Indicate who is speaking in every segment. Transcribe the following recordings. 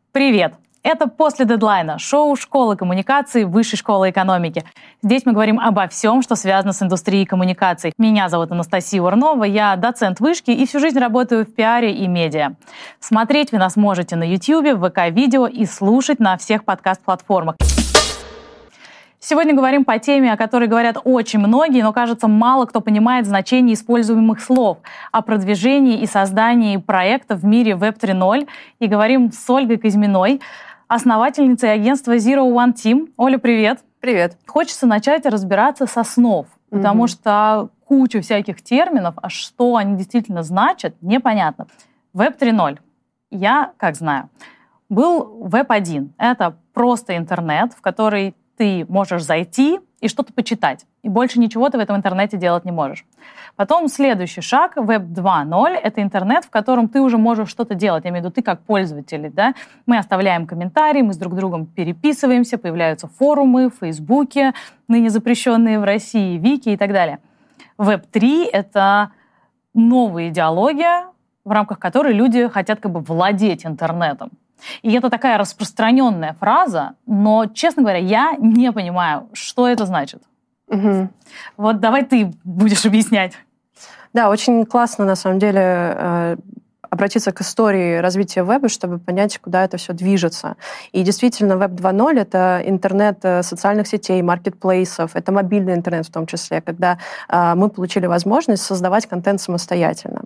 Speaker 1: Привет! Это «После дедлайна» — шоу школы коммуникации Высшей школы экономики. Здесь мы говорим обо всем, что связано с индустрией коммуникаций. Меня зовут Анастасия Урнова, я доцент вышки и всю жизнь работаю в пиаре и медиа. Смотреть вы нас можете на YouTube, в ВК-видео и слушать на всех подкаст-платформах. Сегодня говорим по теме, о которой говорят очень многие, но, кажется, мало кто понимает значение используемых слов, о продвижении и создании проектов в мире Web 3.0. И говорим с Ольгой Козьминой, основательницей агентства Zero One Team. Оля, привет.
Speaker 2: Привет.
Speaker 1: Хочется начать разбираться с основ, потому что куча всяких терминов, а что они действительно значат, непонятно. Web 3.0. Я, как знаю, был Web 1. Это просто интернет, в который ты можешь зайти и что-то почитать. И больше ничего ты в этом интернете делать не можешь. Потом следующий шаг, Web 2.0, это интернет, в котором ты уже можешь что-то делать. Я имею в виду, ты как пользователь. Да? Мы оставляем комментарии, мы с друг другом переписываемся, появляются форумы в Фейсбуке, ныне запрещенные в России, Вики и так далее. Web 3 — это новая идеология, в рамках которой люди хотят как бы владеть интернетом. И это такая распространенная фраза, но, честно говоря, я не понимаю, что это значит. Вот давай ты будешь объяснять.
Speaker 2: Да, очень классно, на самом деле, обратиться к истории развития веба, чтобы понять, куда это все движется. И действительно, Web 2.0 — это интернет социальных сетей, маркетплейсов, это мобильный интернет в том числе, когда мы получили возможность создавать контент самостоятельно.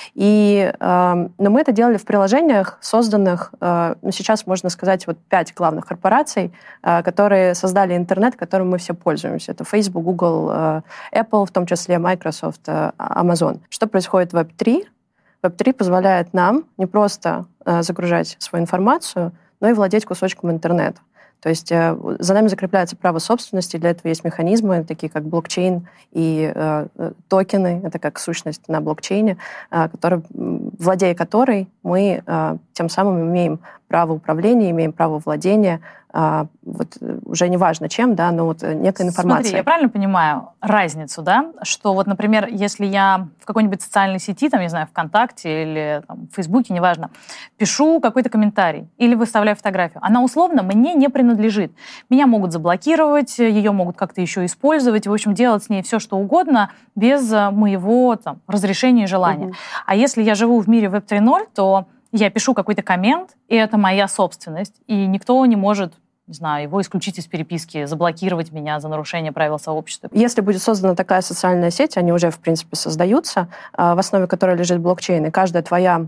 Speaker 2: Но мы это делали в приложениях, созданных, сейчас можно сказать, 5 главных корпораций, которые создали интернет, которым мы все пользуемся. Это Facebook, Google, Apple, в том числе Microsoft, Amazon. Что происходит в Web 3? Web 3 позволяет нам не просто загружать свою информацию, но и владеть кусочком интернета. То есть за нами закрепляется право собственности, для этого есть механизмы, такие как блокчейн и токены, это как сущность на блокчейне, владея которой мы тем самым имеем право управления, имеем право владения, уже не важно чем, да, но некая информация.
Speaker 1: Смотри, я правильно понимаю разницу, да, что например, если я в какой-нибудь социальной сети, не знаю, ВКонтакте или в Фейсбуке, неважно, пишу какой-то комментарий или выставляю фотографию, она условно мне не принадлежит. Меня могут заблокировать, ее могут как-то еще использовать, в общем, делать с ней все, что угодно, без моего разрешения и желания. А если я живу в мире Web 3.0, то я пишу какой-то коммент, и это моя собственность, и никто не может, не знаю, его исключить из переписки, заблокировать меня за нарушение правил сообщества.
Speaker 2: Если будет создана такая социальная сеть, они уже, в принципе, создаются, в основе которой лежит блокчейн, и каждая твоя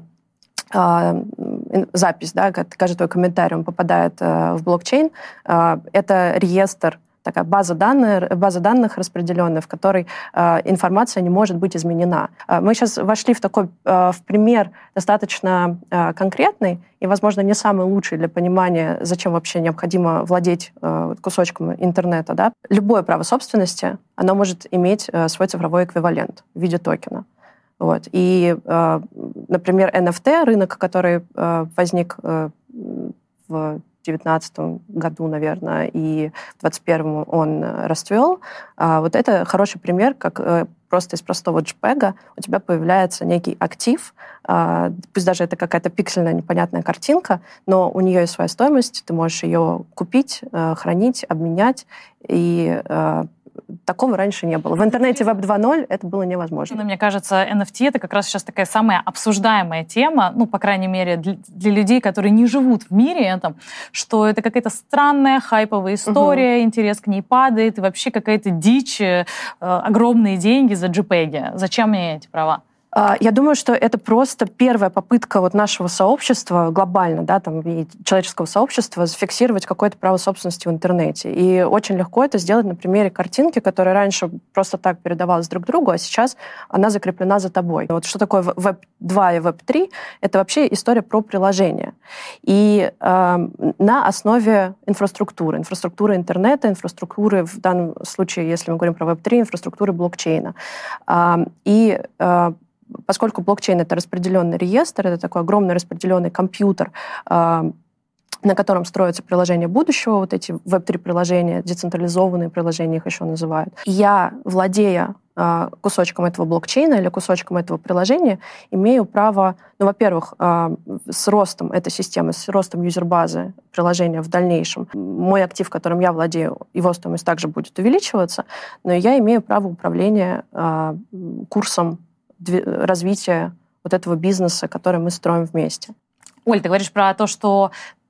Speaker 2: запись, да, каждый твой комментарий, он попадает в блокчейн, это реестр, такая база данных распределенная, в которой информация не может быть изменена. Мы сейчас вошли в пример достаточно конкретный и, возможно, не самый лучший для понимания, зачем вообще необходимо владеть кусочком интернета. Да? Любое право собственности, оно может иметь свой цифровой эквивалент в виде токена. И, например, NFT, рынок, который возник в 2019 году, наверное, и в 2021 он расцвел. Это хороший пример, как просто из простого JPEG у тебя появляется некий актив, пусть даже это какая-то пиксельная непонятная картинка, но у нее есть своя стоимость, ты можешь ее купить, хранить, обменять, и такого раньше не было. В интернете Web 2.0 это было невозможно.
Speaker 1: Мне кажется, NFT — это как раз сейчас такая самая обсуждаемая тема, по крайней мере, для людей, которые не живут в мире этом, что это какая-то странная хайповая история, интерес к ней падает, и вообще какая-то дичь, огромные деньги за JPEG. Зачем мне эти права?
Speaker 2: Я думаю, что это просто первая попытка нашего сообщества, глобально, да, и человеческого сообщества, зафиксировать какое-то право собственности в интернете. И очень легко это сделать на примере картинки, которая раньше просто так передавалась друг другу, а сейчас она закреплена за тобой. Что такое Web 2 и Web 3? Это вообще история про приложение. И на основе инфраструктуры интернета, инфраструктуры, в данном случае, если мы говорим про Web 3, инфраструктуры блокчейна. Поскольку блокчейн — это распределенный реестр, это такой огромный распределенный компьютер, на котором строятся приложения будущего, эти Web3 приложения, децентрализованные приложения их еще называют. Я, владея кусочком этого блокчейна или кусочком этого приложения имею право, во-первых, с ростом этой системы, с ростом юзербазы приложения в дальнейшем, мой актив, которым я владею, его стоимость также будет увеличиваться, но я имею право управления курсом развития вот этого бизнеса, который мы строим вместе.
Speaker 1: Оль, ты говоришь про то, что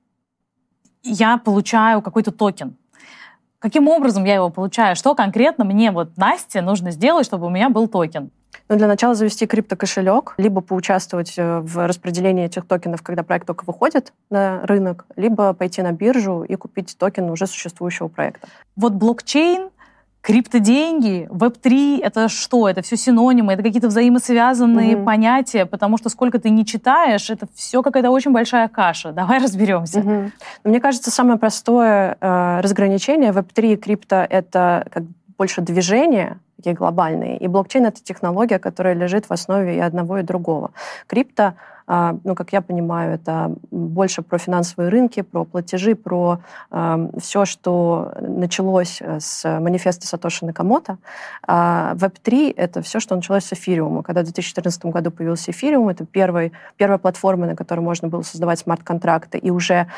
Speaker 1: я получаю какой-то токен. Каким образом я его получаю? Что конкретно мне, Насте, нужно сделать, чтобы у меня был токен?
Speaker 2: Для начала завести криптокошелек, либо поучаствовать в распределении этих токенов, когда проект только выходит на рынок, либо пойти на биржу и купить токен уже существующего проекта.
Speaker 1: Блокчейн, криптоденьги, Web3 — это что? Это все синонимы, это какие-то взаимосвязанные понятия, потому что сколько ты не читаешь, это все какая-то очень большая каша. Давай разберемся.
Speaker 2: Мне кажется, самое простое разграничение Web3 и крипто — это больше движения, такие глобальные, и блокчейн — это технология, которая лежит в основе и одного, и другого. Крипто, как я понимаю, это больше про финансовые рынки, про платежи, про все, что началось с манифеста Сатоши Накамото. Web3 — это все, что началось с эфириума. Когда в 2014 году появился эфириум, это первая платформа, на которой можно было создавать смарт-контракты, и уже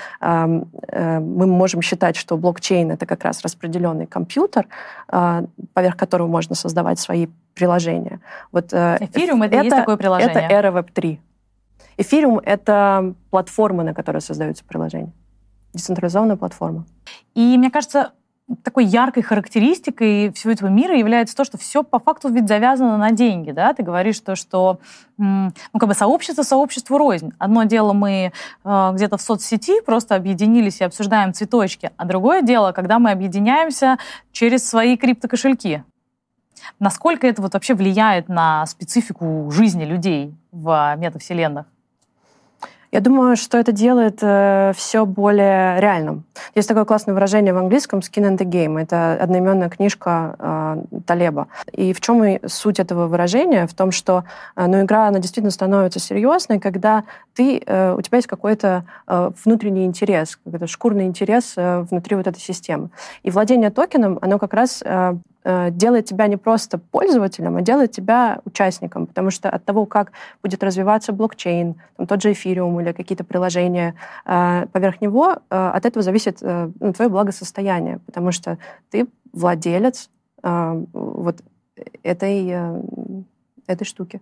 Speaker 2: мы можем считать, что блокчейн — это как раз распределенный компьютер, поверх которого можно создавать свои приложения.
Speaker 1: Эфириум — это есть такое приложение?
Speaker 2: Это эра Web3. Эфириум — это платформа, на которой создаются приложения. Децентрализованная платформа.
Speaker 1: И мне кажется, такой яркой характеристикой всего этого мира является то, что все по факту ведь завязано на деньги. Да? Ты говоришь, что сообщество сообществу рознь. Одно дело, мы где-то в соцсети просто объединились и обсуждаем цветочки, а другое дело, когда мы объединяемся через свои криптокошельки. Насколько это вообще влияет на специфику жизни людей в метавселенных?
Speaker 2: Я думаю, что это делает все более реальным. Есть такое классное выражение в английском «skin in the game». Это одноименная книжка Талеба. И в чем и суть этого выражения? В том, что игра, она действительно становится серьезной, когда у тебя есть какой-то внутренний интерес, какой-то шкурный интерес внутри этой системы. И владение токеном, оно как раз делает тебя не просто пользователем, а делает тебя участником, потому что от того, как будет развиваться блокчейн, тот же эфириум или какие-то приложения поверх него, от этого зависит твое благосостояние, потому что ты владелец этой штуки.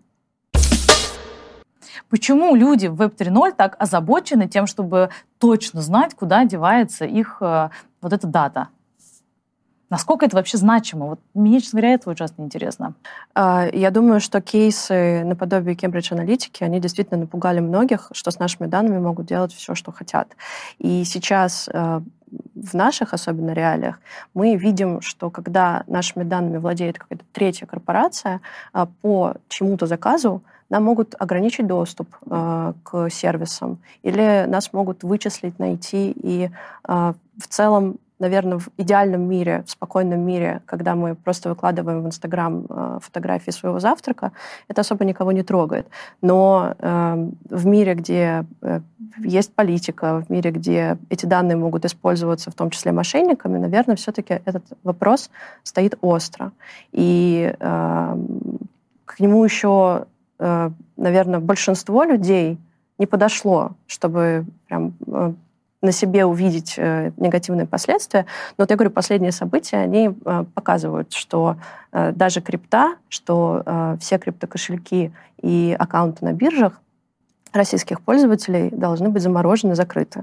Speaker 1: Почему люди в Web 3.0 так озабочены тем, чтобы точно знать, куда девается их эта дата? Насколько это вообще значимо? Мне, честно говоря, это ужасно интересно.
Speaker 2: Я думаю, что кейсы наподобие Cambridge Analytica, они действительно напугали многих, что с нашими данными могут делать все, что хотят. И сейчас в наших, особенно реалиях, мы видим, что когда нашими данными владеет какая-то третья корпорация, по чему-то заказу нам могут ограничить доступ к сервисам, или нас могут вычислить, найти, и в целом, наверное, в идеальном мире, в спокойном мире, когда мы просто выкладываем в Инстаграм фотографии своего завтрака, это особо никого не трогает. Но в мире, где есть политика, в мире, где эти данные могут использоваться, в том числе мошенниками, наверное, все-таки этот вопрос стоит остро. И к нему еще, наверное, большинство людей не подошло, чтобы прям на себе увидеть негативные последствия. Но вот я говорю, последние события, они показывают, что даже крипта, что все криптокошельки и аккаунты на биржах российских пользователей должны быть заморожены, закрыты.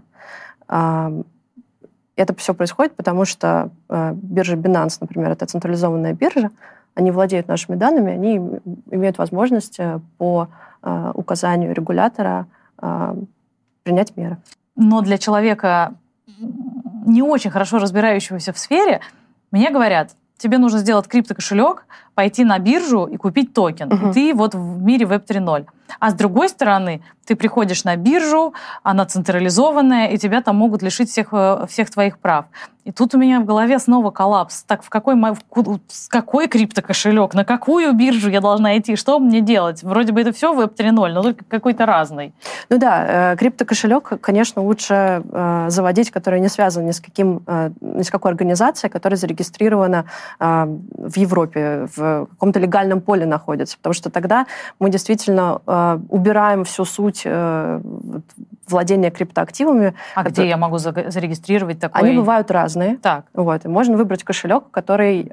Speaker 2: Это все происходит, потому что биржа Binance, например, это централизованная биржа, они владеют нашими данными, они имеют возможность по указанию регулятора принять меры.
Speaker 1: Но для человека, не очень хорошо разбирающегося в сфере, мне говорят, тебе нужно сделать криптокошелек, пойти на биржу и купить токен. И ты в мире Web 3.0. А с другой стороны, Ты приходишь на биржу, она централизованная, и тебя там могут лишить всех твоих прав. И тут у меня в голове снова коллапс. Так, какой криптокошелек, на какую биржу я должна идти, что мне делать? Вроде бы это все Web 3.0, но только какой-то разный.
Speaker 2: Ну да, криптокошелек, конечно, лучше заводить, который не связан ни с какой организацией, которая зарегистрирована в Европе, в каком-то легальном поле находится. Потому что тогда мы действительно убираем всю суть владения криптоактивами.
Speaker 1: Где я могу зарегистрировать такой?
Speaker 2: Они бывают разные.
Speaker 1: Так.
Speaker 2: Вот. И можно выбрать кошелек, который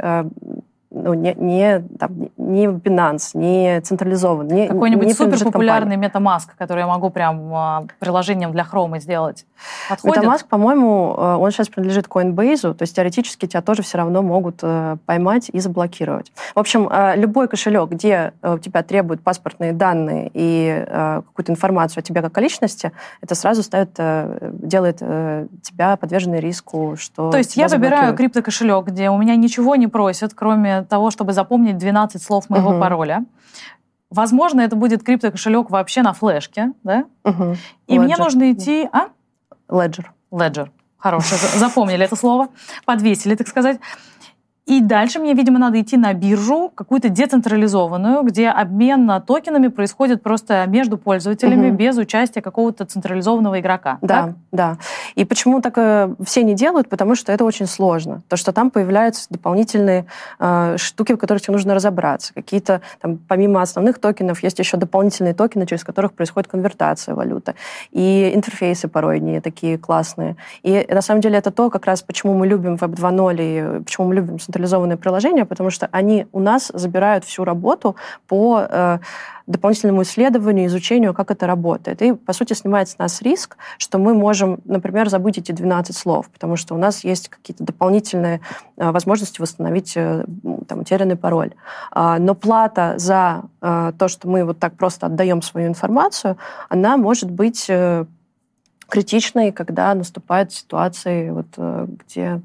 Speaker 2: не Binance, не централизован.
Speaker 1: Какой-нибудь суперпопулярный MetaMask, который я могу прям приложением для Chrome сделать. Подходит?
Speaker 2: MetaMask, по-моему, он сейчас принадлежит Coinbase, то есть теоретически тебя тоже все равно могут поймать и заблокировать. В общем, любой кошелек, где у тебя требуют паспортные данные и какую-то информацию о тебе как о личности, это сразу делает тебя подверженной риску, что...
Speaker 1: То есть я выбираю криптокошелек, где у меня ничего не просят, кроме того, чтобы запомнить 12 слов моего пароля. Возможно, это будет криптокошелек вообще на флешке, да? И
Speaker 2: Ledger.
Speaker 1: Мне нужно идти... Ledger. Хорошо, запомнили это слово, подвесили, так сказать. И дальше мне, видимо, надо идти на биржу, какую-то децентрализованную, где обмен токенами происходит просто между пользователями без участия какого-то централизованного игрока.
Speaker 2: Да,
Speaker 1: так?
Speaker 2: да. И почему так все не делают? Потому что это очень сложно. То, что там появляются дополнительные штуки, в которых тебе нужно разобраться. Какие-то, там, помимо основных токенов, есть еще дополнительные токены, через которых происходит конвертация валюты. И интерфейсы порой не такие классные. И на самом деле это то, как раз почему мы любим Web 2.0 и почему мы любим централизованные приложения, потому что они у нас забирают всю работу по дополнительному исследованию, изучению, как это работает. И, по сути, снимает с нас риск, что мы можем, например, забыть эти 12 слов, потому что у нас есть какие-то дополнительные возможности восстановить утерянный пароль. Но плата за то, что мы вот так просто отдаем свою информацию, она может быть критичной, когда наступают ситуации, где...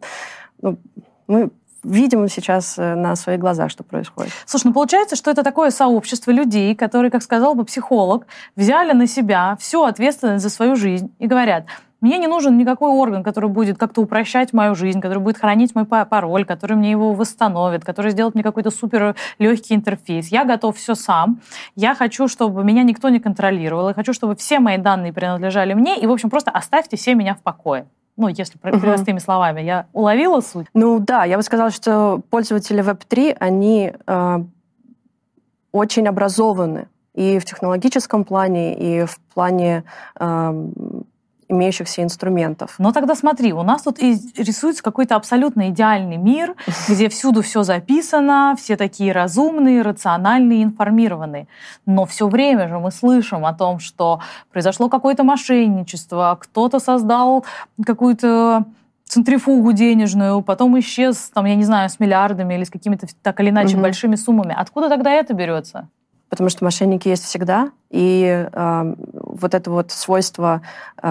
Speaker 2: мы видим сейчас на своих глазах, что происходит.
Speaker 1: Слушай, получается, что это такое сообщество людей, которые, как сказал бы психолог, взяли на себя всю ответственность за свою жизнь и говорят: мне не нужен никакой орган, который будет как-то упрощать мою жизнь, который будет хранить мой пароль, который мне его восстановит, который сделает мне какой-то супер легкий интерфейс. Я готов все сам. Я хочу, чтобы меня никто не контролировал. Я хочу, чтобы все мои данные принадлежали мне. И, в общем, просто оставьте все меня в покое. Если простыми словами. Я уловила суть?
Speaker 2: Да, я бы сказала, что пользователи Web3, они очень образованы и в технологическом плане, и в плане имеющихся инструментов.
Speaker 1: Но тогда смотри, у нас тут рисуется какой-то абсолютно идеальный мир, где всюду все записано, все такие разумные, рациональные, информированные. Но все время же мы слышим о том, что произошло какое-то мошенничество, кто-то создал какую-то центрифугу денежную, потом исчез, я не знаю, с миллиардами или с какими-то так или иначе большими суммами. Откуда тогда это берется?
Speaker 2: Потому что мошенники есть всегда, и это свойство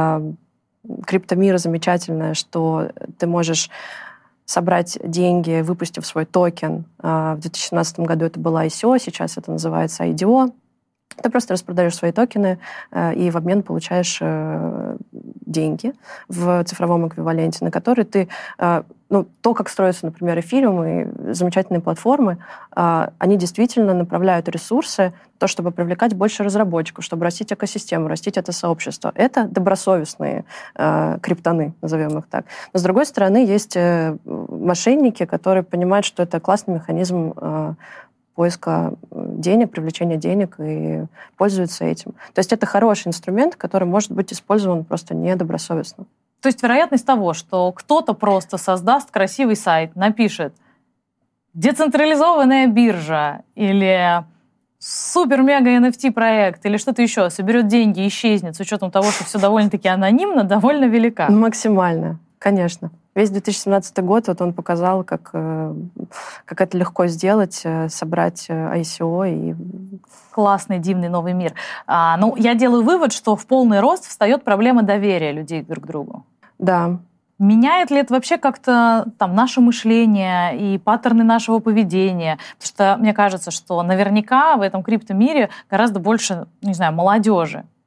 Speaker 2: криптомира замечательное, что ты можешь собрать деньги, выпустив свой токен. В 2017 году это было ICO, сейчас это называется IDO. Ты просто распродаешь свои токены и в обмен получаешь деньги в цифровом эквиваленте, на которые ты... то, как строятся, например, эфириум и замечательные платформы, они действительно направляют ресурсы, то, чтобы привлекать больше разработчиков, чтобы растить экосистему, растить это сообщество. Это добросовестные криптоны, назовем их так. Но, с другой стороны, есть мошенники, которые понимают, что это классный механизм поиска денег, привлечения денег и пользуются этим. То есть это хороший инструмент, который может быть использован просто недобросовестно.
Speaker 1: То есть вероятность того, что кто-то просто создаст красивый сайт, напишет «децентрализованная биржа» или «супер-мега NFT-проект» или что-то еще, соберет деньги и исчезнет, с учетом того, что все довольно-таки анонимно, довольно велика.
Speaker 2: Максимально, конечно. Весь 2017 год он показал, как это легко сделать, собрать ICO. И...
Speaker 1: Классный, дивный новый мир. Я делаю вывод, что в полный рост встает проблема доверия людей друг к другу.
Speaker 2: Да.
Speaker 1: Меняет ли это вообще как-то наше мышление и паттерны нашего поведения? Потому что мне кажется, что наверняка в этом криптомире гораздо больше, молодежи.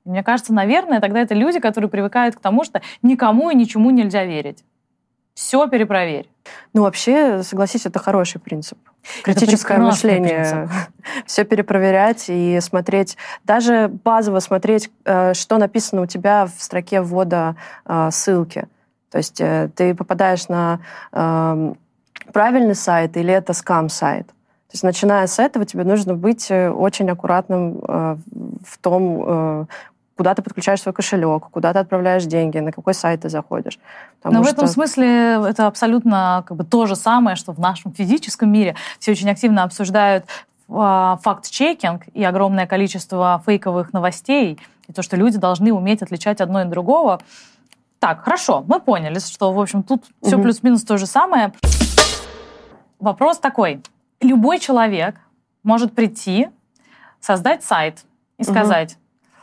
Speaker 1: И мне кажется, наверное, тогда это люди, которые привыкают к тому, что никому и ничему нельзя верить. Все перепроверь.
Speaker 2: Ну, вообще, согласись, это хороший принцип. Критическое мышление. Все перепроверять и смотреть, даже базово смотреть, что написано у тебя в строке ввода ссылки. То есть ты попадаешь на правильный сайт или это скам-сайт. То есть, начиная с этого, тебе нужно быть очень аккуратным в том, куда ты подключаешь свой кошелек, куда ты отправляешь деньги, на какой сайт ты заходишь.
Speaker 1: Но в этом смысле это абсолютно то же самое, что в нашем физическом мире. Все очень активно обсуждают факт-чекинг и огромное количество фейковых новостей, и то, что люди должны уметь отличать одно и другого. Так, хорошо, мы поняли, что, в общем, тут все плюс-минус то же самое. Вопрос такой. Любой человек может прийти, создать сайт и сказать,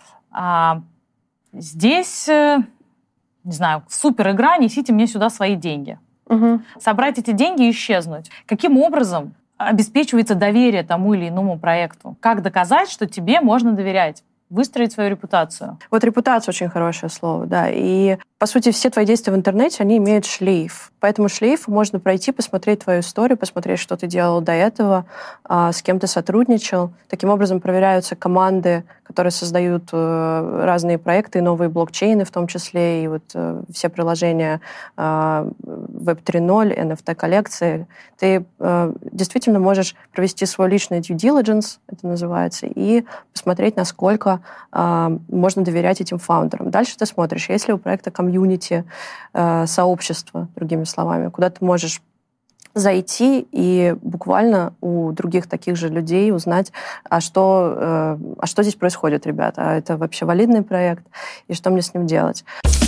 Speaker 1: здесь, не знаю, супер игра, несите мне сюда свои деньги. Собрать эти деньги и исчезнуть. Каким образом обеспечивается доверие тому или иному проекту? Как доказать, что тебе можно доверять? Выстроить свою репутацию.
Speaker 2: Вот репутация очень хорошее слово, да. И, по сути, все твои действия в интернете, они имеют шлейф. По этому шлейфу можно пройти, посмотреть твою историю, посмотреть, что ты делал до этого, с кем ты сотрудничал. Таким образом проверяются команды, которые создают разные проекты, новые блокчейны в том числе, и вот все приложения Web 3.0, NFT-коллекции. Ты действительно можешь провести свой личный due diligence, это называется, и посмотреть, насколько можно доверять этим фаундерам. Дальше ты смотришь, есть ли у проекта комьюнити, сообщество, другими словами, куда ты можешь зайти и буквально у других таких же людей узнать, а что здесь происходит, ребята, а это вообще валидный проект, и что мне с ним делать.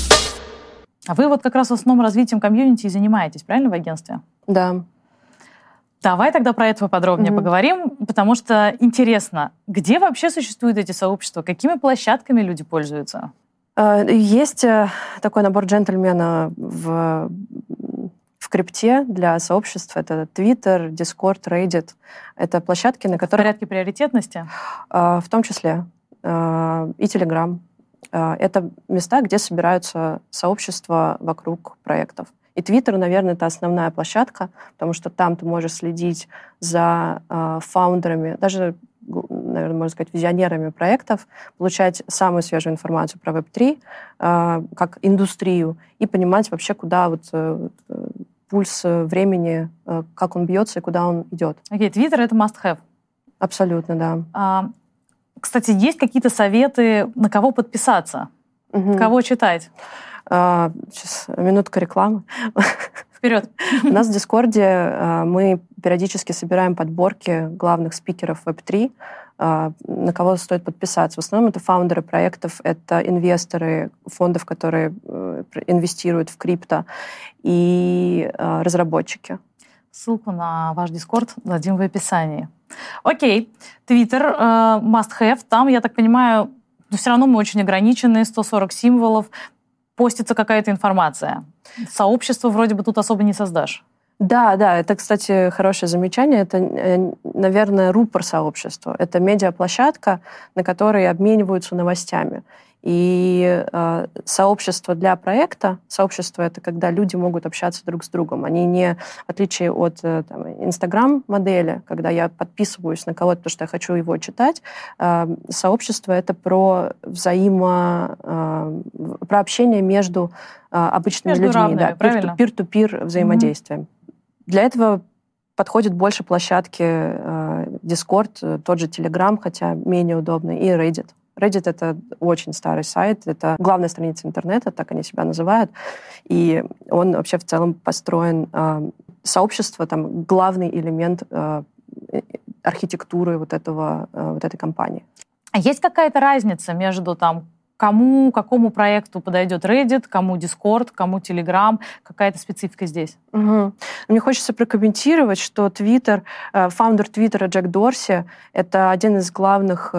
Speaker 1: А вы вот как раз в основном развитием комьюнити и занимаетесь, правильно, в агентстве?
Speaker 2: Да.
Speaker 1: Давай тогда про это поподробнее поговорим, потому что интересно, где вообще существуют эти сообщества, какими площадками люди пользуются?
Speaker 2: Есть такой набор джентльмена в крипте для сообществ. Это Twitter, Discord, Reddit. Это площадки, на которых...
Speaker 1: В порядке приоритетности?
Speaker 2: В том числе. И Telegram. Это места, где собираются сообщества вокруг проектов. И Twitter, наверное, это основная площадка, потому что там ты можешь следить за фаундерами, даже, наверное, можно сказать, визионерами проектов, получать самую свежую информацию про Web3 как индустрию и понимать вообще, куда вот пульс времени, как он бьется и куда он идет.
Speaker 1: Окей, Twitter — это must-have.
Speaker 2: Абсолютно, да.
Speaker 1: Кстати, есть какие-то советы, на кого подписаться? Кого читать?
Speaker 2: Сейчас минутка рекламы.
Speaker 1: Вперед.
Speaker 2: У нас в Дискорде мы периодически собираем подборки главных спикеров Web3, на кого стоит подписаться. В основном это фаундеры проектов, это инвесторы фондов, которые инвестируют в крипто, и разработчики.
Speaker 1: Ссылку на ваш Дискорд дадим в описании. Окей. Twitter must have. Там, я так понимаю, но все равно мы очень ограничены, 140 символов, постится какая-то информация. Сообщество вроде бы тут особо не создашь.
Speaker 2: Да, это, кстати, хорошее замечание. Это, наверное, рупор сообщества. Это медиаплощадка, на которой обмениваются новостями. И сообщество для проекта, сообщество — это когда люди могут общаться друг с другом. Они не, в отличие от Инстаграм-модели, когда я подписываюсь на кого-то, потому что я хочу его читать, сообщество — это про про общение между обычными людьми.
Speaker 1: Равными, правильно?
Speaker 2: Peer-to-peer взаимодействие. Для этого подходит больше площадки Discord, тот же Telegram, хотя менее удобный, и Reddit. Reddit — это очень старый сайт, это главная страница интернета, так они себя называют, и он вообще в целом построен сообщество, там главный элемент архитектуры вот этой компании.
Speaker 1: А есть какая-то разница между какому проекту подойдет Reddit, кому Discord, кому Telegram? Какая-то специфика здесь?
Speaker 2: Мне хочется прокомментировать, что фаундер Твиттера Джек Дорси — это один из главных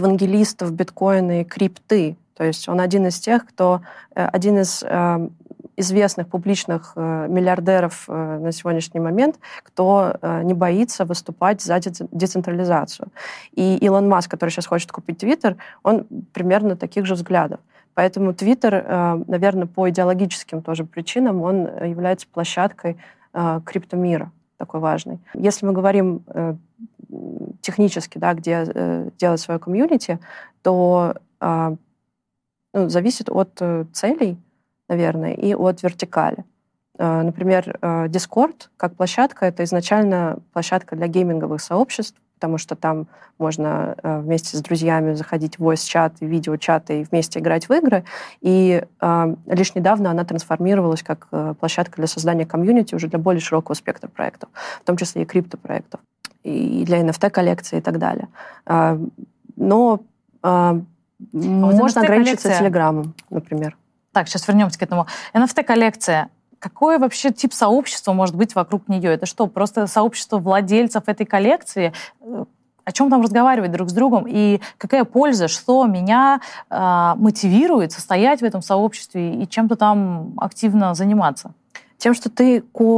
Speaker 2: евангелистов биткоина и крипты. То есть он один из известных публичных миллиардеров на сегодняшний момент, кто не боится выступать за децентрализацию. И Илон Маск, который сейчас хочет купить Твиттер, он примерно таких же взглядов. Поэтому Твиттер, наверное, по идеологическим тоже причинам, он является площадкой криптомира, такой важной. Если мы говорим технически, да, где делать свое комьюнити, то зависит от целей, наверное, и от вертикали. Например, Discord как площадка — это изначально площадка для гейминговых сообществ, потому что там можно вместе с друзьями заходить в voice-чат и видео-чат и вместе играть в игры. И лишь недавно она трансформировалась как площадка для создания комьюнити уже для более широкого спектра проектов, в том числе и криптопроектов, и для NFT-коллекции и так далее. Но можно ограничиться Телеграмом, например.
Speaker 1: Так, сейчас вернемся к этому. NFT-коллекция. Какой вообще тип сообщества может быть вокруг нее? Это что, просто сообщество владельцев этой коллекции? О чем там разговаривать друг с другом? И какая польза, что меня мотивирует состоять в этом сообществе и чем-то там активно заниматься?
Speaker 2: Тем, что ты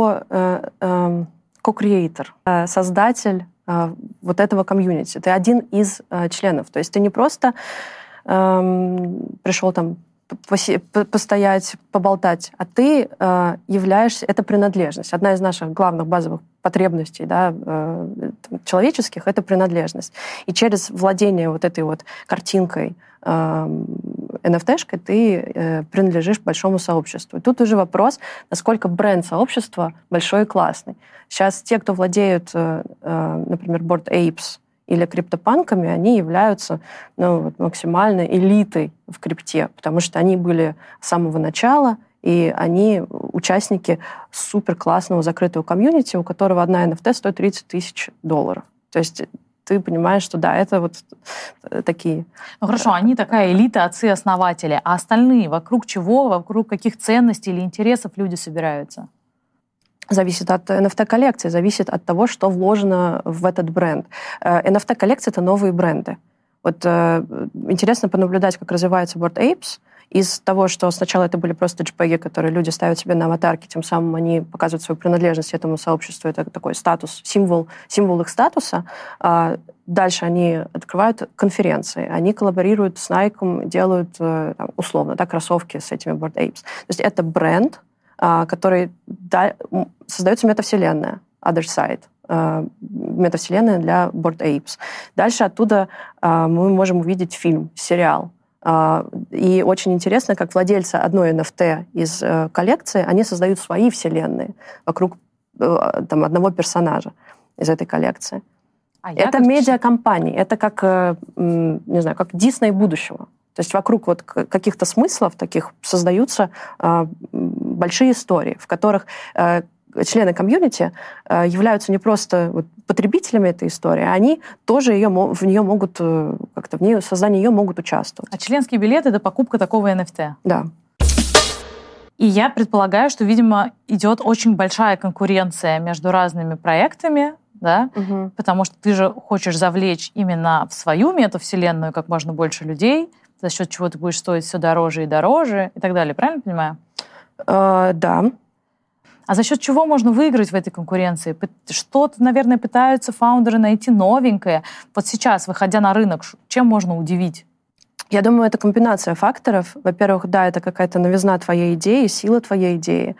Speaker 2: ко-креатор, создатель вот этого комьюнити. Ты один из членов. То есть ты не просто пришел там постоять, поболтать, а ты являешься... Это принадлежность. Одна из наших главных базовых потребностей, да, человеческих — это принадлежность. И через владение вот этой вот картинкой, NFT-шкой, ты принадлежишь большому сообществу. И тут уже вопрос, насколько бренд сообщества большой и классный. Сейчас те, кто владеют, например, Bored Apes или криптопанками, они являются максимальной элитой в крипте, потому что они были с самого начала, и они участники супер-классного закрытого комьюнити, у которого одна NFT стоит $30 000. То есть ты понимаешь, что да, это вот такие...
Speaker 1: Ну хорошо, они такая элита, отцы-основатели, а остальные вокруг чего, вокруг каких ценностей или интересов люди собираются?
Speaker 2: Зависит от NFT-коллекции, зависит от того, что вложено в этот бренд. NFT-коллекция — это новые бренды. Вот интересно понаблюдать, как развивается Bored Apes. Из того, что сначала это были просто JPEG, которые люди ставят себе на аватарки, тем самым они показывают свою принадлежность этому сообществу. Это такой статус, символ их статуса. Дальше они открывают конференции, они коллаборируют с Nike, делают условно кроссовки с этими Bored Apes. То есть это бренд, который создается метавселенная, Other Side, метавселенная для Bored Apes. Дальше оттуда мы можем увидеть фильм, сериал. И очень интересно, как владельцы одной NFT из коллекции, они создают свои вселенные вокруг одного персонажа из этой коллекции. Это медиакомпании, это как, не знаю, как Disney будущего. То есть вокруг вот каких-то смыслов таких создаются большие истории, в которых члены комьюнити являются не просто потребителями этой истории, а они тоже в нее могут как-то в создании ее могут участвовать.
Speaker 1: А членский билет — это покупка такого NFT?
Speaker 2: Да.
Speaker 1: И я предполагаю, что, видимо, идет очень большая конкуренция между разными проектами, да?
Speaker 2: Угу.
Speaker 1: Потому что ты же хочешь завлечь именно в свою метавселенную как можно больше людей, за счет чего ты будешь стоить все дороже и дороже и так далее. Правильно понимаю?
Speaker 2: Да.
Speaker 1: А за счет чего можно выиграть в этой конкуренции? Что-то, наверное, пытаются фаундеры найти новенькое. Вот сейчас, выходя на рынок, чем можно удивить?
Speaker 2: Я думаю, это комбинация факторов. Во-первых, да, это какая-то новизна твоей идеи, сила твоей идеи,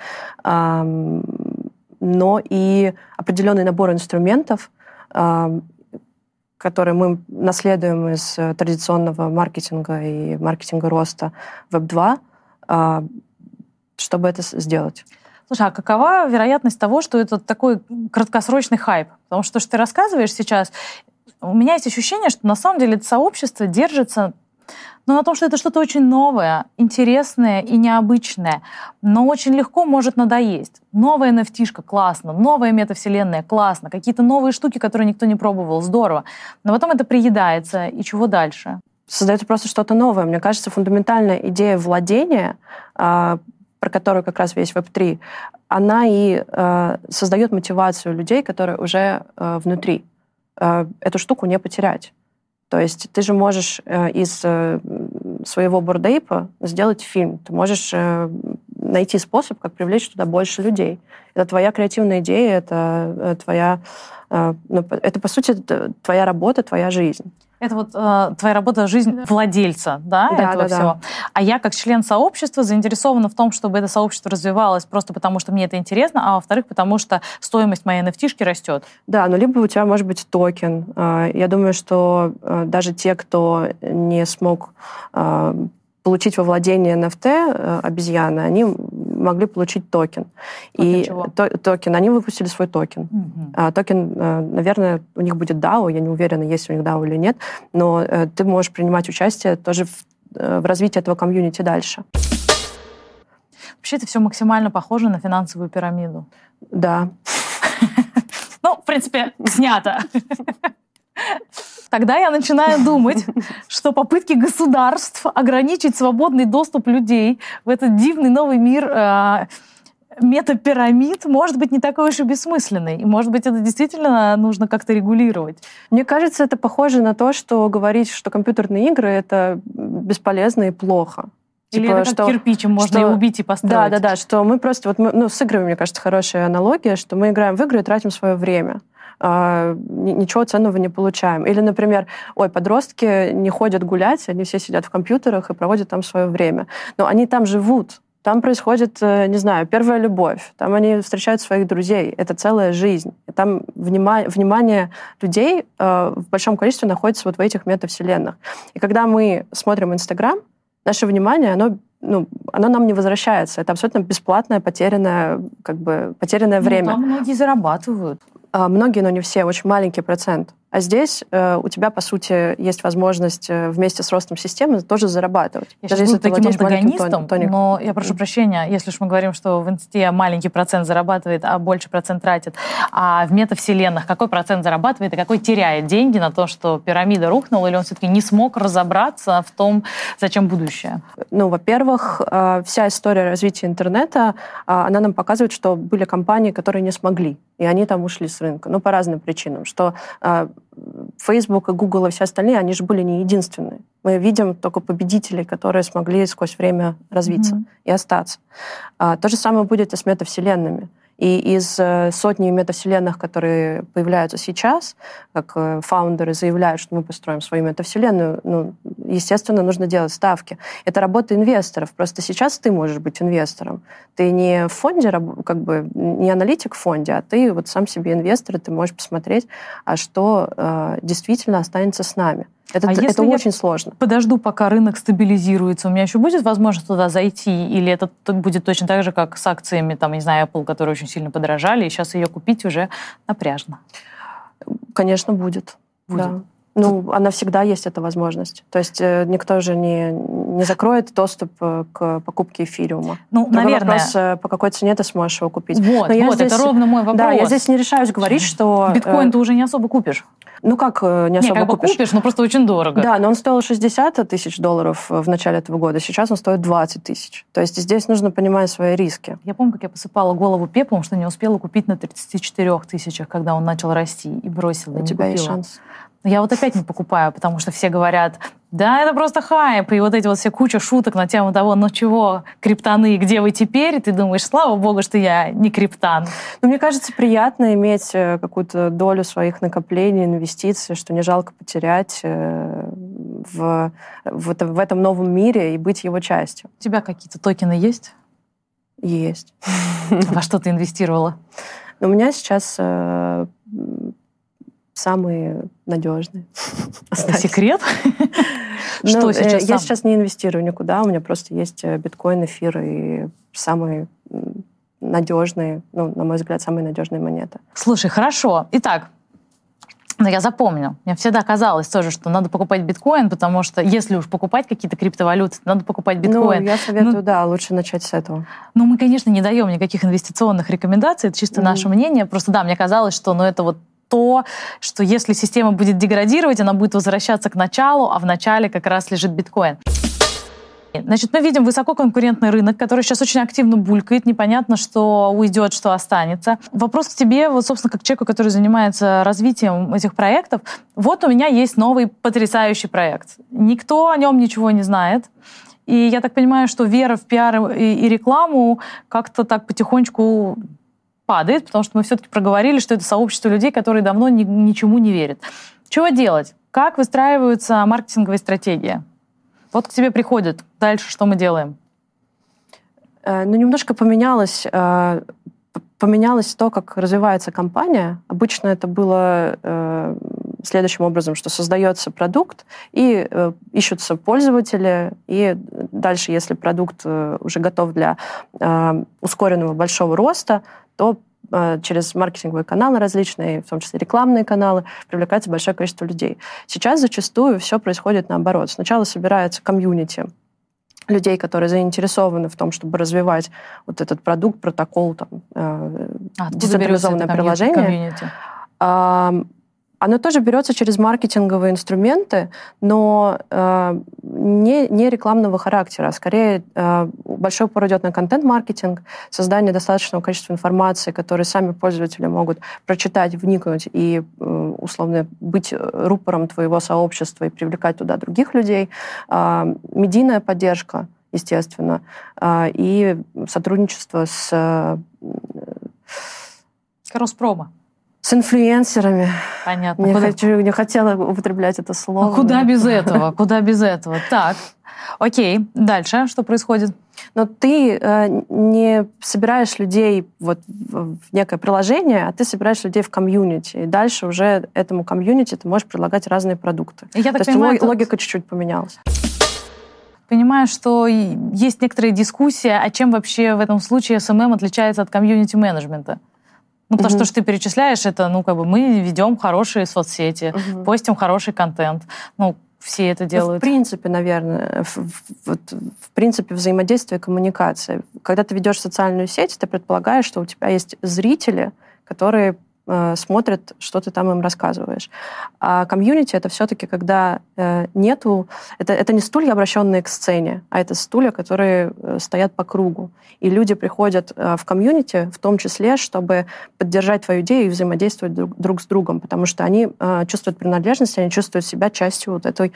Speaker 2: но и определенный набор инструментов, которые мы наследуем из традиционного маркетинга и маркетинга роста Web2, чтобы это сделать.
Speaker 1: Слушай, а какова вероятность того, что это такой краткосрочный хайп? Потому что ты рассказываешь сейчас, у меня есть ощущение, что на самом деле это сообщество держится на том, что это что-то очень новое, интересное и необычное, но очень легко может надоесть. Новая NFT-шка — классно, новая метавселенная — классно, какие-то новые штуки, которые никто не пробовал — здорово. Но потом это приедается, и чего дальше?
Speaker 2: Создается просто что-то новое. Мне кажется, фундаментальная идея владения, про которую как раз весь Web3, она и создает мотивацию людей, которые уже внутри. Эту штуку не потерять. То есть ты же можешь из своего Bored Ape сделать фильм. Ты можешь найти способ, как привлечь туда больше людей. Это твоя креативная идея, это твоя... это, по сути, твоя работа, твоя жизнь.
Speaker 1: Это вот твоя работа, жизнь владельца, этого всего. Да. А я, как член сообщества, заинтересована в том, чтобы это сообщество развивалось просто потому, что мне это интересно, а во-вторых, потому что стоимость моей NFT-шки растет. Да,
Speaker 2: либо у тебя может быть токен. Я думаю, что даже те, кто не смог получить во владение NFT обезьяны, они могли получить токен. Токен, они выпустили свой токен. Токен, наверное, у них будет DAO, я не уверена, есть у них DAO или нет, но ты можешь принимать участие тоже в развитии этого комьюнити дальше.
Speaker 1: Вообще это все максимально похоже на финансовую пирамиду.
Speaker 2: Да.
Speaker 1: В принципе, снято. Тогда я начинаю думать, что попытки государств ограничить свободный доступ людей в этот дивный новый мир метапирамид может быть не такой уж и бессмысленный. И, может быть, это действительно нужно как-то регулировать.
Speaker 2: Мне кажется, это похоже на то, что говорить, что компьютерные игры — это бесполезно и плохо.
Speaker 1: Или это как кирпичем можно и убить, и построить.
Speaker 2: Да, что мы просто... с играми, мне кажется, хорошая аналогия, что мы играем в игры и тратим свое время. Ничего ценного не получаем. Или, например, подростки не ходят гулять, они все сидят в компьютерах и проводят там свое время. Но они там живут. Там происходит, не знаю, первая любовь. Там они встречают своих друзей. Это целая жизнь. И там внимание людей в большом количестве находится вот в этих метавселенных. И когда мы смотрим Инстаграм, наше внимание, оно нам не возвращается. Это абсолютно бесплатное, потерянное время.
Speaker 1: Там многие зарабатывают.
Speaker 2: Многие, но не все, очень маленький процент. А здесь у тебя, по сути, есть возможность вместе с ростом системы тоже зарабатывать.
Speaker 1: Я даже если ты таким антагонистом, но я прошу прощения, если уж мы говорим, что в инсте маленький процент зарабатывает, а больше процент тратит, а в метавселенных какой процент зарабатывает и какой теряет деньги на то, что пирамида рухнула, или он все-таки не смог разобраться в том, зачем будущее?
Speaker 2: Во-первых, вся история развития интернета, она нам показывает, что были компании, которые не смогли, и они там ушли с рынка. По разным причинам. Что Facebook и Google и все остальные, они же были не единственные. Мы видим только победителей, которые смогли сквозь время развиться и остаться. То же самое будет и с метавселенными. И из сотни метавселенных, которые появляются сейчас, как фаундеры заявляют, что мы построим свою метавселенную, естественно, нужно делать ставки. Это работа инвесторов. Просто сейчас ты можешь быть инвестором. Ты не в фонде, не аналитик в фонде, а ты вот сам себе инвестор, и ты можешь посмотреть, а что действительно останется с нами. Это очень сложно.
Speaker 1: Подожду, пока рынок стабилизируется, у меня еще будет возможность туда зайти? Или это будет точно так же, как с акциями, Apple, которые очень сильно подорожали, и сейчас ее купить уже напряжно?
Speaker 2: Конечно, будет. Да. Она всегда есть, эта возможность. То есть никто же не закроет доступ к покупке эфириума.
Speaker 1: Наверное.
Speaker 2: Вопрос, по какой цене ты сможешь его купить.
Speaker 1: Это ровно мой вопрос.
Speaker 2: Да, я здесь не решаюсь говорить, что...
Speaker 1: Биткоин ты уже не особо купишь.
Speaker 2: Как не особо
Speaker 1: купишь, но просто очень дорого.
Speaker 2: Да, но он стоил $60 тысяч в начале этого года, сейчас он стоит 20 тысяч. То есть здесь нужно понимать свои риски.
Speaker 1: Я помню, как я посыпала голову пеплом, что не успела купить на 34 тысячах, когда он начал расти, и бросила.
Speaker 2: У тебя есть шанс.
Speaker 1: Я опять не покупаю, потому что все говорят, да, это просто хайп, и вот эти все куча шуток на тему того, чего, криптаны, где вы теперь? И ты думаешь, слава богу, что я не криптан.
Speaker 2: Мне кажется, приятно иметь какую-то долю своих накоплений, инвестиций, что не жалко потерять в этом новом мире и быть его частью.
Speaker 1: У тебя какие-то токены есть?
Speaker 2: Есть.
Speaker 1: Во что ты инвестировала?
Speaker 2: У меня сейчас... самые надежные.
Speaker 1: Это секрет? Что сейчас?
Speaker 2: Я сейчас не инвестирую никуда, у меня просто есть биткоин, эфир и самые надежные, на мой взгляд, самые надежные монеты.
Speaker 1: Слушай, хорошо. Итак, я запомню. Мне всегда казалось тоже, что надо покупать биткоин, потому что если уж покупать какие-то криптовалюты, надо покупать биткоин.
Speaker 2: Я советую, лучше начать с этого.
Speaker 1: Мы, конечно, не даем никаких инвестиционных рекомендаций, это чисто наше мнение. Просто, мне казалось, что это то, что если система будет деградировать, она будет возвращаться к началу, а в начале как раз лежит биткоин. Значит, мы видим высококонкурентный рынок, который сейчас очень активно булькает, непонятно, что уйдет, что останется. Вопрос к тебе, собственно, как человеку, который занимается развитием этих проектов. Вот у меня есть новый потрясающий проект. Никто о нем ничего не знает. И я так понимаю, что вера в пиар и рекламу как-то так потихонечку падает, потому что мы все-таки проговорили, что это сообщество людей, которые давно ничему не верят. Чего делать? Как выстраиваются маркетинговые стратегии? Вот к тебе приходят. Дальше что мы делаем?
Speaker 2: Немножко поменялось то, как развивается компания. Обычно это было следующим образом, что создается продукт, и ищутся пользователи, и дальше, если продукт уже готов для ускоренного большого роста, то через маркетинговые каналы различные, в том числе рекламные каналы, привлекается большое количество людей. Сейчас зачастую все происходит наоборот. Сначала собирается комьюнити людей, которые заинтересованы в том, чтобы развивать вот этот продукт, протокол, децентрализованное приложение. Оно тоже берется через маркетинговые инструменты, но не рекламного характера, а скорее большой упор идет на контент-маркетинг, создание достаточного количества информации, которые сами пользователи могут прочитать, вникнуть и, условно, быть рупором твоего сообщества и привлекать туда других людей. Медийная поддержка, естественно, и сотрудничество с
Speaker 1: Роспрома.
Speaker 2: С инфлюенсерами.
Speaker 1: Понятно.
Speaker 2: Не хотела употреблять это слово.
Speaker 1: Куда без этого? Куда без этого? Так, окей. Дальше что происходит?
Speaker 2: Но ты не собираешь людей вот в некое приложение, а ты собираешь людей в комьюнити. И дальше уже этому комьюнити ты можешь предлагать разные продукты.
Speaker 1: Я так
Speaker 2: То
Speaker 1: понимаю,
Speaker 2: есть логика чуть-чуть поменялась.
Speaker 1: Понимаю, что есть некоторые дискуссии, а чем вообще в этом случае SMM отличается от комьюнити-менеджмента? Потому что то, что ты перечисляешь, это, мы ведем хорошие соцсети, постим хороший контент. Все это делают.
Speaker 2: В принципе, наверное, в принципе взаимодействие и коммуникация. Когда ты ведешь социальную сеть, ты предполагаешь, что у тебя есть зрители, которые смотрят, что ты там им рассказываешь. А комьюнити — это все-таки, когда нету... Это не стулья, обращенные к сцене, а это стулья, которые стоят по кругу. И люди приходят в комьюнити, в том числе, чтобы поддержать твою идею и взаимодействовать друг с другом, потому что они чувствуют принадлежность, они чувствуют себя частью вот этой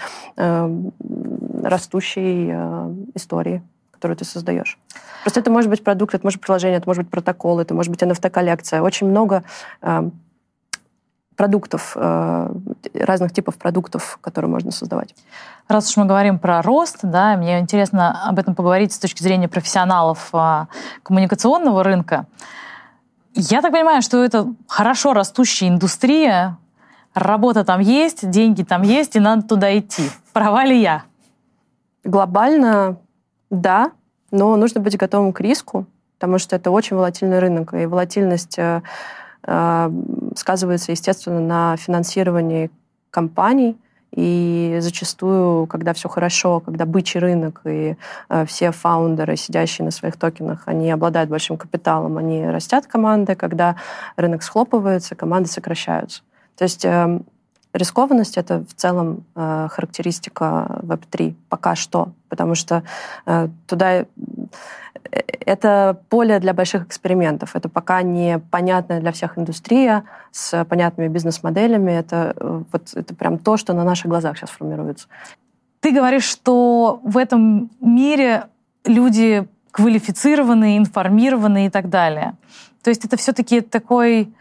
Speaker 2: растущей истории, которую ты создаешь. Просто это может быть продукт, это может быть приложение, это может быть протокол, это может быть NFT-коллекция. Очень много продуктов, разных типов продуктов, которые можно создавать.
Speaker 1: Раз уж мы говорим про рост, да, мне интересно об этом поговорить с точки зрения профессионалов коммуникационного рынка. Я так понимаю, что это хорошо растущая индустрия, работа там есть, деньги там есть, и надо туда идти. Права ли я?
Speaker 2: Глобально да, но нужно быть готовым к риску, потому что это очень волатильный рынок, и волатильность сказывается, естественно, на финансировании компаний, и зачастую, когда все хорошо, когда бычий рынок, и все фаундеры, сидящие на своих токенах, они обладают большим капиталом, они растят команды, когда рынок схлопывается, команды сокращаются. То есть рискованность — это в целом характеристика Web3 пока что, потому что туда это поле для больших экспериментов. Это пока не понятная для всех индустрия с понятными бизнес-моделями. Это прям то, что на наших глазах сейчас формируется.
Speaker 1: Ты говоришь, что в этом мире люди квалифицированные, информированные и так далее. То есть это все-таки такой,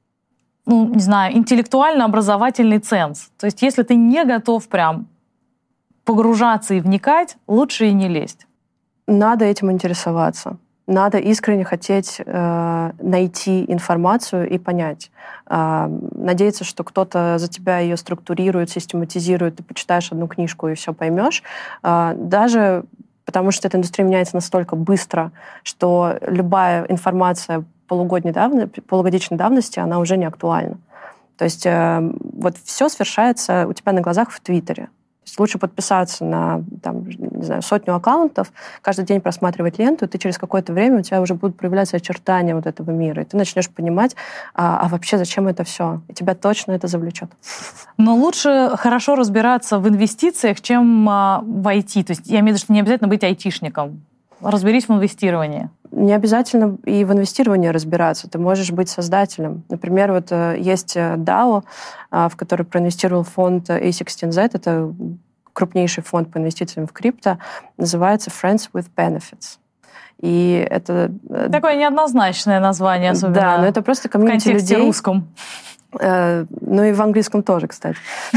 Speaker 1: интеллектуально-образовательный ценз. То есть если ты не готов прям погружаться и вникать, лучше и не лезть.
Speaker 2: Надо этим интересоваться. Надо искренне хотеть найти информацию и понять. Надеяться, что кто-то за тебя ее структурирует, систематизирует, ты почитаешь одну книжку и все поймешь. Даже потому что эта индустрия меняется настолько быстро, что любая информация полугодичной давности, она уже не актуальна. То есть все совершается у тебя на глазах в Твиттере. То есть лучше подписаться на 100 аккаунтов, каждый день просматривать ленту, и ты через какое-то время у тебя уже будут проявляться очертания вот этого мира, и ты начнешь понимать, а вообще зачем это все, и тебя точно это завлечет.
Speaker 1: Но лучше хорошо разбираться в инвестициях, чем в IT. То есть я имею в виду, что не обязательно быть айтишником. Разберись в инвестировании.
Speaker 2: Не обязательно и в инвестировании разбираться. Ты можешь быть создателем. Например, есть DAO, в который проинвестировал фонд A16Z. Это крупнейший фонд по инвестициям в крипто, называется Friends with Benefits. И это...
Speaker 1: Такое неоднозначное название, особенно
Speaker 2: да, но это просто комьюнити людей.
Speaker 1: В контексте русском.
Speaker 2: Ну и в английском тоже, кстати.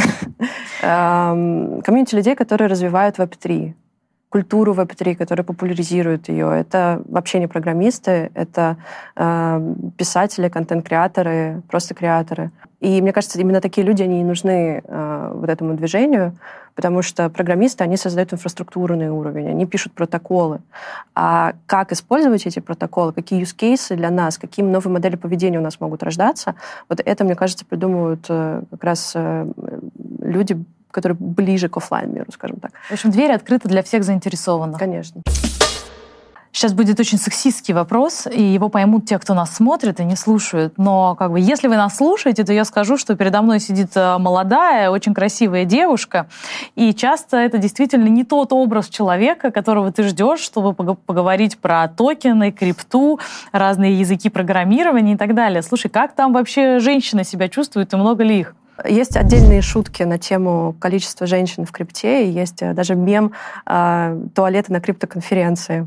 Speaker 2: Комьюнити людей, которые развивают Web3, культуру Web3, которые популяризируют ее. Это вообще не программисты, это писатели, контент-креаторы, просто креаторы. И мне кажется, именно такие люди, они и нужны вот этому движению, потому что программисты, они создают инфраструктурный уровень, они пишут протоколы. А как использовать эти протоколы, какие use cases для нас, какие новые модели поведения у нас могут рождаться, вот это, мне кажется, придумывают как раз люди, которые ближе к офлайн-миру, скажем так.
Speaker 1: В общем, двери открыты для всех заинтересованных.
Speaker 2: Конечно.
Speaker 1: Сейчас будет очень сексистский вопрос, и его поймут те, кто нас смотрит и не слушают. Но если вы нас слушаете, то я скажу, что передо мной сидит молодая, очень красивая девушка, и часто это действительно не тот образ человека, которого ты ждешь, чтобы поговорить про токены, крипту, разные языки программирования и так далее. Слушай, как там вообще женщины себя чувствуют и много ли их?
Speaker 2: Есть отдельные шутки на тему количества женщин в крипте, и есть даже мем туалета на криптоконференции.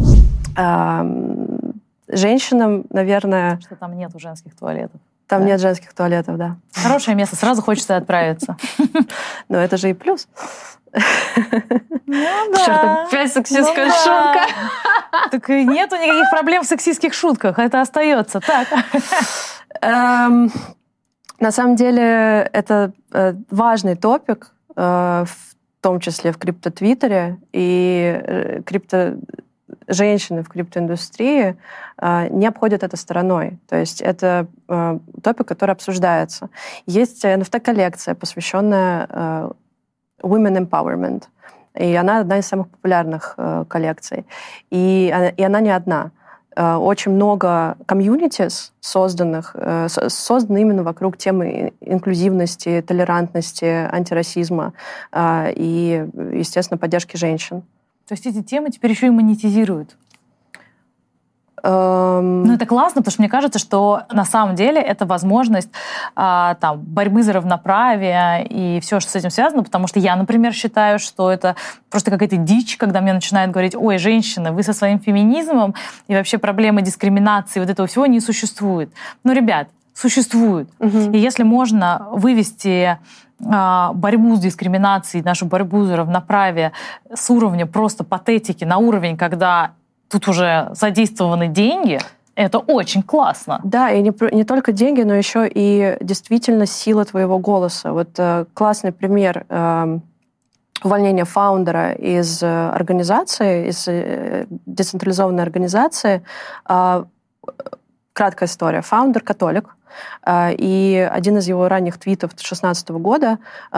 Speaker 2: Женщинам, наверное...
Speaker 1: Что там нету женских туалетов.
Speaker 2: Там нет женских туалетов, да.
Speaker 1: Хорошее место, сразу хочется отправиться.
Speaker 2: Но это же и плюс.
Speaker 1: Ну да.
Speaker 2: Черт, опять сексистская шутка.
Speaker 1: Так и нету никаких проблем в сексистских шутках, это остается. Так.
Speaker 2: На самом деле это важный топик, в том числе в криптотвиттере, и женщины в криптоиндустрии не обходят это стороной. То есть это топик, который обсуждается. Есть NFT-коллекция, посвященная Women Empowerment, и она одна из самых популярных коллекций. И она не одна. Очень много комьюнитис созданы именно вокруг темы инклюзивности, толерантности, антирасизма и, естественно, поддержки женщин.
Speaker 1: То есть эти темы теперь еще и монетизируют? Ну, это классно, потому что мне кажется, что на самом деле это возможность борьбы за равноправие и все, что с этим связано, потому что я, например, считаю, что это просто какая-то дичь, когда мне начинают говорить: ой, женщины, вы со своим феминизмом и вообще проблемы дискриминации, вот этого всего не существует. Ну, ребят, существует. И если можно вывести борьбу с дискриминацией, нашу борьбу за равноправие с уровня просто патетики на уровень, когда тут уже задействованы деньги, это очень классно.
Speaker 2: Да, и не только деньги, но еще и действительно сила твоего голоса. Вот классный пример увольнения фаундера из организации, из децентрализованной организации. Краткая история. Фаундер католик, и один из его ранних твитов 2016 года,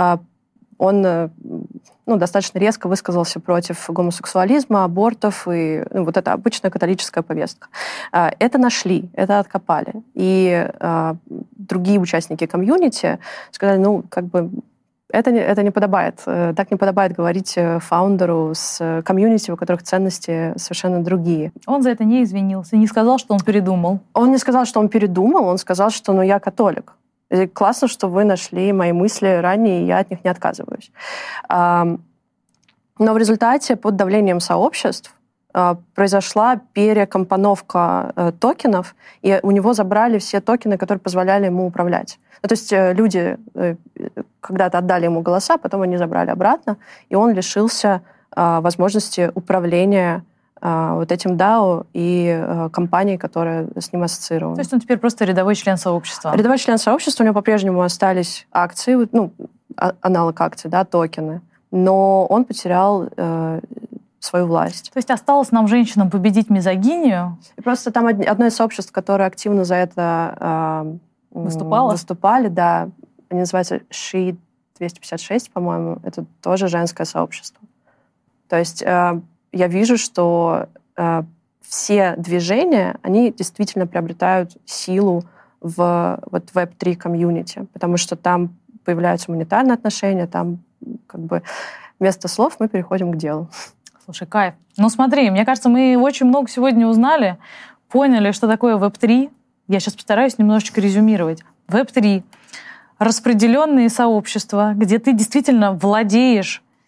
Speaker 2: он достаточно резко высказался против гомосексуализма, абортов, и вот это обычная католическая повестка. Это нашли, это откопали. И другие участники комьюнити сказали, это не подобает. Так не подобает говорить фаундеру с комьюнити, у которых ценности совершенно другие.
Speaker 1: Он за это не извинился, не сказал, что он передумал.
Speaker 2: Он не сказал, что он передумал, он сказал, что я католик. И классно, что вы нашли мои мысли ранее, и я от них не отказываюсь. Но в результате под давлением сообществ произошла перекомпоновка токенов, и у него забрали все токены, которые позволяли ему управлять. То есть люди когда-то отдали ему голоса, потом они забрали обратно, и он лишился возможности управления вот этим DAO и компанией, которая с ним ассоциирована.
Speaker 1: То есть он теперь просто рядовой член сообщества?
Speaker 2: Рядовой член сообщества, у него по-прежнему остались акции, аналог акций, токены, но он потерял свою власть.
Speaker 1: То есть осталось нам, женщинам, победить мизогинию?
Speaker 2: И просто там одно из сообществ, которое активно за это выступали, да, они называются She 256, по-моему, это тоже женское сообщество. То есть я вижу, что все движения, они действительно приобретают силу в Web3 комьюнити, потому что там появляются монетарные отношения, там вместо слов мы переходим к делу.
Speaker 1: Слушай, кайф. Смотри, мне кажется, мы очень много сегодня узнали, поняли, что такое Web3. Я сейчас постараюсь немножечко резюмировать. Web3 — распределенные сообщества, где ты действительно владеешь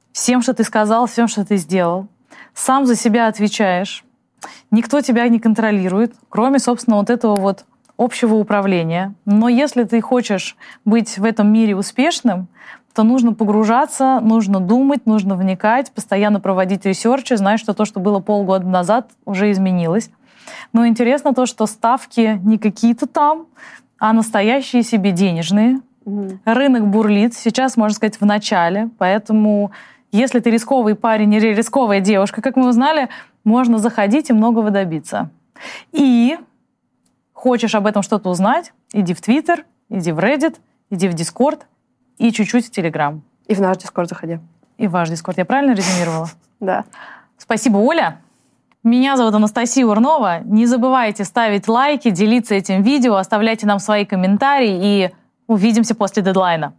Speaker 1: всем, что ты сказал, всем, что ты сделал. Сам за себя отвечаешь. Никто тебя не контролирует, кроме, собственно, вот этого вот общего управления. Но если ты хочешь быть в этом мире успешным, то нужно погружаться, нужно думать, нужно вникать, постоянно проводить ресерчи, знать, что то, что было полгода назад, уже изменилось. Но интересно то, что ставки не какие-то там, а настоящие себе денежные. Рынок бурлит, сейчас, можно сказать, в начале, поэтому если ты рисковый парень или рисковая девушка, как мы узнали, можно заходить и многого добиться. И хочешь об этом что-то узнать, иди в Twitter, иди в Reddit, иди в Discord и чуть-чуть в Telegram.
Speaker 2: И в наш Discord заходи.
Speaker 1: И в ваш Discord. Я правильно резюмировала?
Speaker 2: Да.
Speaker 1: Спасибо, Оля. Меня зовут Анастасия Урнова. Не забывайте ставить лайки, делиться этим видео, оставляйте нам свои комментарии и увидимся после дедлайна.